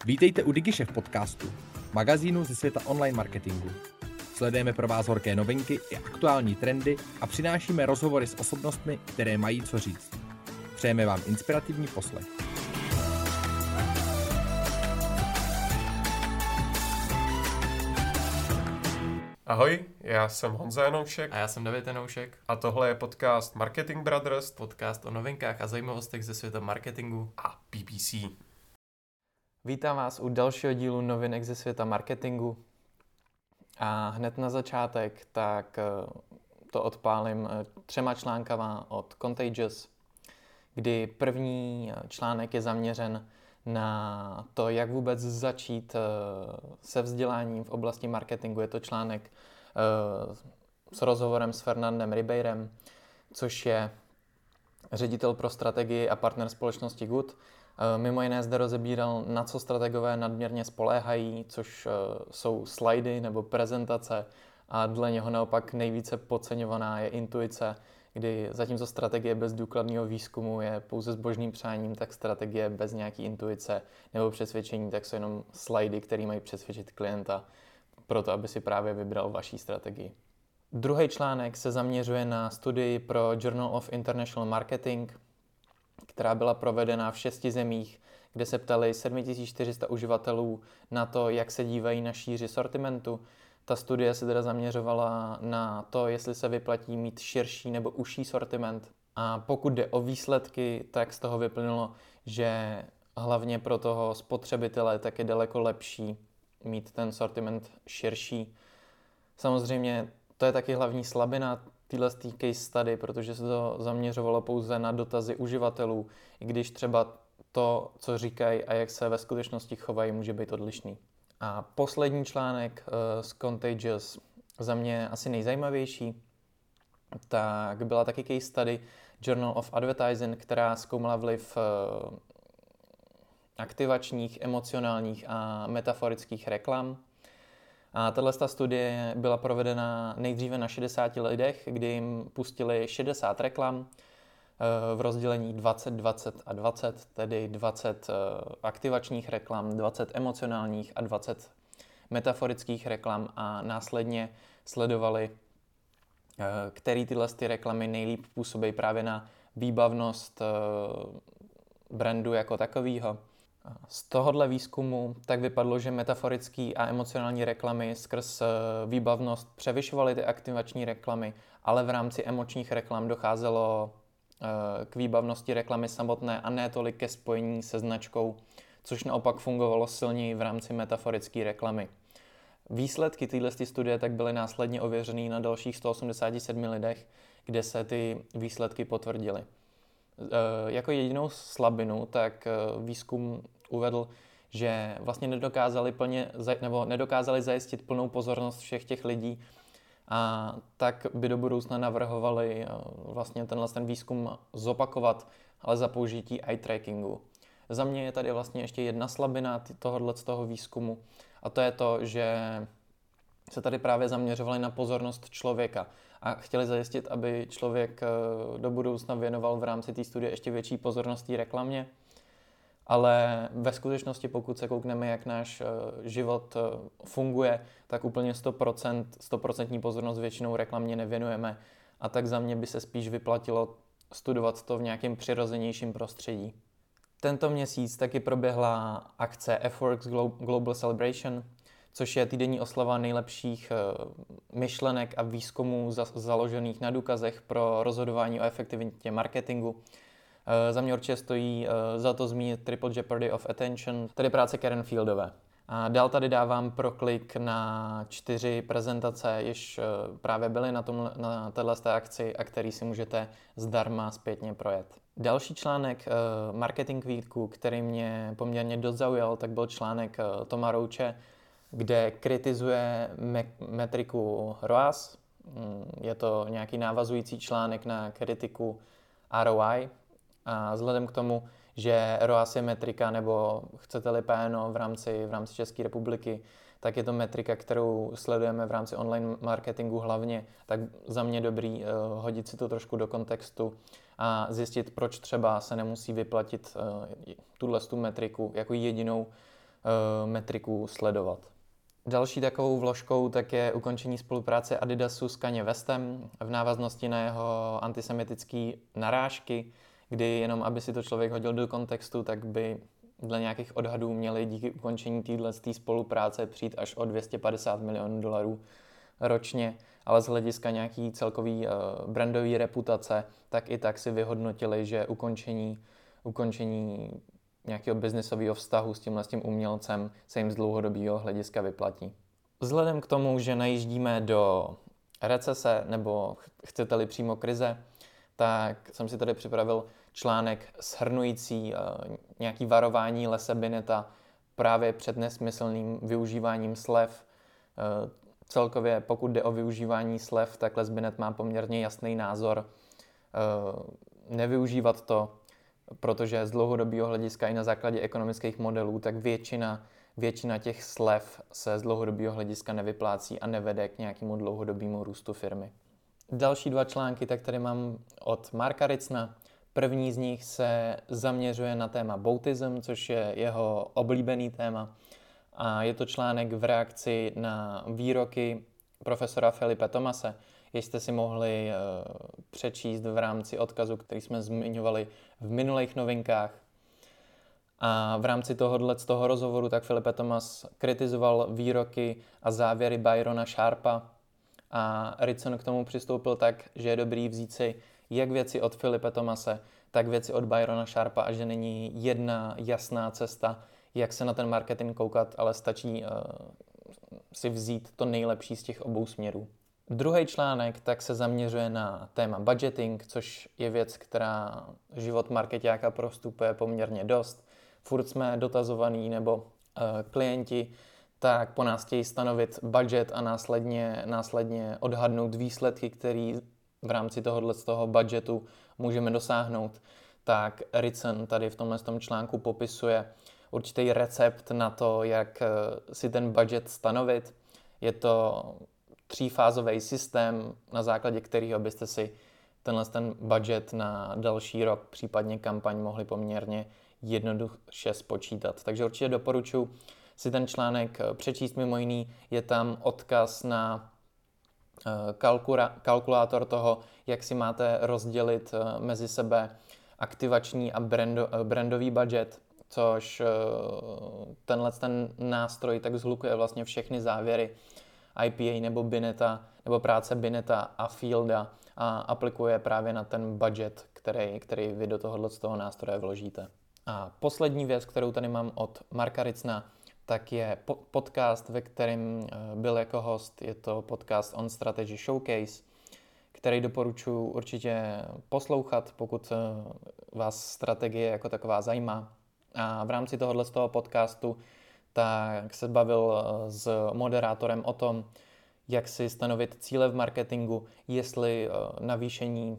Vítejte u DigiShef podcastu, magazínu ze světa online marketingu. Sledujeme pro vás horké novinky i aktuální trendy a přinášíme rozhovory s osobnostmi, které mají co říct. Přejeme vám inspirativní poslech. Ahoj, já jsem Honza Janoušek. A já jsem David Janoušek. A tohle je podcast Marketing Brothers. Podcast o novinkách a zajímavostech ze světa marketingu a PPC. Vítám vás u dalšího dílu novinek ze světa marketingu. A hned na začátek tak to odpálím 3 článkama od Contagious, kdy první článek je zaměřen na to, jak vůbec začít se vzděláním v oblasti marketingu. Je to článek s rozhovorem s Fernandem Ribeirem, což je ředitel pro strategii a partner společnosti Good. Mimo jiné zde rozebíral, na co strategové nadměrně spoléhají, což jsou slajdy nebo prezentace, a dle něho naopak nejvíce podceňovaná je intuice, kdy zatímco strategie bez důkladného výzkumu je pouze zbožným přáním, tak strategie bez nějaký intuice nebo přesvědčení, tak jsou jenom slajdy, které mají přesvědčit klienta proto, aby si právě vybral vaší strategii. Druhý článek se zaměřuje na studii pro Journal of International Marketing, která byla provedena v 6 zemích, kde se ptali 7400 uživatelů na to, jak se dívají na šíři sortimentu. Ta studie se teda zaměřovala na to, jestli se vyplatí mít širší nebo užší sortiment. A pokud jde o výsledky, tak z toho vyplynulo, že hlavně pro toho spotřebitele tak je daleko lepší mít ten sortiment širší. Samozřejmě to je taky hlavní slabina téhle case study, protože se to zaměřovalo pouze na dotazy uživatelů, i když třeba to, co říkají a jak se ve skutečnosti chovají, může být odlišný. A poslední článek z Contagious, za mě asi nejzajímavější, tak byla taky case study Journal of Advertising, která zkoumala vliv aktivačních, emocionálních a metaforických reklam. A tato studie byla provedena nejdříve na 60 lidech, kdy jim pustili 60 reklam v rozdělení 20, 20 a 20, tedy 20 aktivačních reklam, 20 emocionálních a 20 metaforických reklam, a následně sledovali, který tyhle reklamy nejlíp působí právě na výbavnost brandu jako takového. Z tohohle výzkumu tak vypadlo, že metaforický a emocionální reklamy skrz výbavnost převyšovaly ty aktivační reklamy, ale v rámci emočních reklam docházelo k výbavnosti reklamy samotné a ne tolik ke spojení se značkou, což naopak fungovalo silněji v rámci metaforické reklamy. Výsledky této studie tak byly následně ověřeny na dalších 187 lidech, kde se ty výsledky potvrdily. Jako jedinou slabinu tak výzkum uvedl, že vlastně nedokázali zajistit plnou pozornost všech těch lidí, a tak by do budoucna navrhovali vlastně ten výzkum zopakovat, ale za použití eye trackingu. Za mě je tady vlastně ještě jedna slabina z toho výzkumu, a to je to, že se tady právě zaměřovali na pozornost člověka a chtěli zajistit, aby člověk do budoucna věnoval v rámci té studie ještě větší pozornost té reklamě, ale ve skutečnosti, pokud se koukneme, jak náš život funguje, tak úplně 100% pozornost většinou reklamě nevěnujeme, a tak za mě by se spíš vyplatilo studovat to v nějakém přirozenějším prostředí. Tento měsíc taky proběhla akce F-Works Global Celebration, což je týdenní oslava nejlepších myšlenek a výzkumů založených na důkazech pro rozhodování o efektivitě marketingu. Za mě určitě stojí za to zmínit Triple Jeopardy of Attention, tedy práce Karen Fieldové. A dál tady dávám proklik na 4 prezentace, jež právě byly na této akci a který si můžete zdarma zpětně projet. Další článek Marketing Weeku, který mě poměrně dost zaujal, tak byl článek Toma Roache, kde kritizuje metriku ROAS. Je to nějaký návazující článek na kritiku ROI. A vzhledem k tomu, že ROAS je metrika, nebo chcete-li PNO v rámci České republiky, tak je to metrika, kterou sledujeme v rámci online marketingu hlavně, tak za mě dobrý hodit si to trošku do kontextu a zjistit, proč třeba se nemusí vyplatit tu metriku jako jedinou metriku sledovat. Další takovou vložkou tak je ukončení spolupráce Adidasu s Kanye Westem v návaznosti na jeho antisemitické narážky, kdy jenom aby si to člověk hodil do kontextu, tak by dle nějakých odhadů měli díky ukončení této spolupráce přijít až o $250 milionů ročně, ale z hlediska nějaký celkový brandové reputace, tak i tak si vyhodnotili, že ukončení nějakého biznisového vztahu s tím umělcem se jim z dlouhodobého hlediska vyplatí. Vzhledem k tomu, že najíždíme do recese, nebo chcete-li přímo krize, tak jsem si tady připravil článek shrnující nějaký varování Lese Bineta právě před nesmyslným využíváním slev. Celkově, pokud jde o využívání slev, tak Les Binet má poměrně jasný názor. Nevyužívat to, protože z dlouhodobého hlediska i na základě ekonomických modelů, tak většina těch slev se z dlouhodobého hlediska nevyplácí a nevede k nějakému dlouhodobému růstu firmy. Další dva články, tak tady mám od Marka Ritzna. První z nich se zaměřuje na téma boutism, což je jeho oblíbený téma. A je to článek v reakci na výroky profesora Felipe Tomase, jež jste si mohli přečíst v rámci odkazu, který jsme zmiňovali v minulých novinkách. A v rámci toho rozhovoru tak Felipe Tomas kritizoval výroky a závěry Byrona Sharpa a Ritson k tomu přistoupil tak, že je dobrý vzít si jak věci od Felipe Tomase, tak věci od Byrona Sharpa a že není jedna jasná cesta, jak se na ten marketing koukat, ale stačí si vzít to nejlepší z těch obou směrů. Druhý článek tak se zaměřuje na téma budgeting, což je věc, která život markeťáka prostupuje poměrně dost. Furt jsme dotazovaní nebo klienti tak po nás chtějí stanovit budget a následně odhadnout výsledky, které v rámci toho budgetu můžeme dosáhnout. Tak Ritson tady v tomhle článku popisuje určitý recept na to, jak si ten budget stanovit. Je to třífázový systém, na základě kterého byste si ten budget na další rok, případně kampaň, mohli poměrně jednoduše spočítat. Takže určitě doporučuji si ten článek přečíst, mimo jiný je tam odkaz na kalkulátor toho, jak si máte rozdělit mezi sebe aktivační a brandový budget, což ten nástroj tak zhlukuje vlastně všechny závěry IPA nebo Bineta, nebo práce Bineta a Fielda a aplikuje právě na ten budget, který vy do toho nástroje vložíte. A poslední věc, kterou tady mám od Marka Ritzna, tak je podcast, ve kterém byl jako host. Je to podcast On Strategy Showcase, který doporučuji určitě poslouchat, pokud vás strategie jako taková zajímá. A v rámci toho podcastu tak se bavil s moderátorem o tom, jak si stanovit cíle v marketingu, jestli navýšení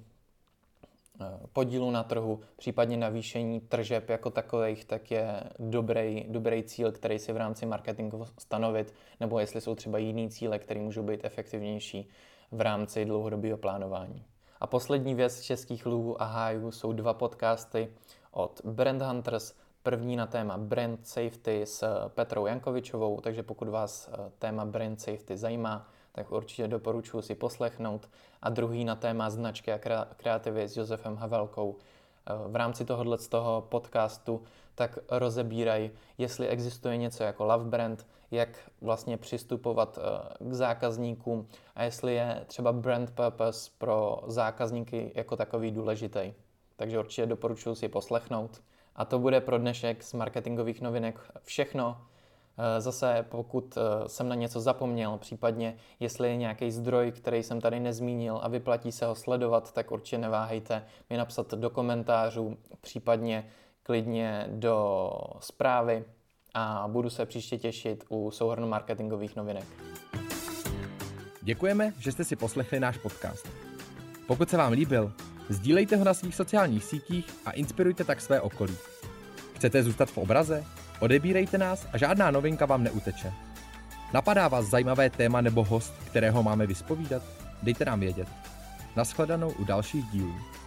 podílu na trhu, případně navýšení tržeb jako takových, tak je dobrý cíl, který si v rámci marketingu stanovit, nebo jestli jsou třeba jiný cíle, které můžou být efektivnější v rámci dlouhodobého plánování. A poslední věc z českých lůvů a hájů jsou dva podcasty od Brand Hunters. První na téma Brand Safety s Petrou Jankovičovou, takže pokud vás téma Brand Safety zajímá, tak určitě doporučuji si poslechnout. A druhý na téma značky a kreativy s Josefem Havelkou. V rámci toho podcastu tak rozebírají, jestli existuje něco jako love brand, jak vlastně přistupovat k zákazníkům a jestli je třeba brand purpose pro zákazníky jako takový důležitý. Takže určitě doporučuji si poslechnout. A to bude pro dnešek z marketingových novinek všechno. Zase pokud jsem na něco zapomněl, případně jestli je nějaký zdroj, který jsem tady nezmínil a vyplatí se ho sledovat, tak určitě neváhejte mi napsat do komentářů, případně klidně do zprávy a budu se příště těšit u souhrnu marketingových novinek. Děkujeme, že jste si poslechli náš podcast. Pokud se vám líbil, sdílejte ho na svých sociálních sítích a inspirujte tak své okolí. Chcete zůstat v obraze? Odebírejte nás a žádná novinka vám neuteče. Napadá vás zajímavé téma nebo host, kterého máme vyspovídat? Dejte nám vědět. Nashledanou u dalších dílů.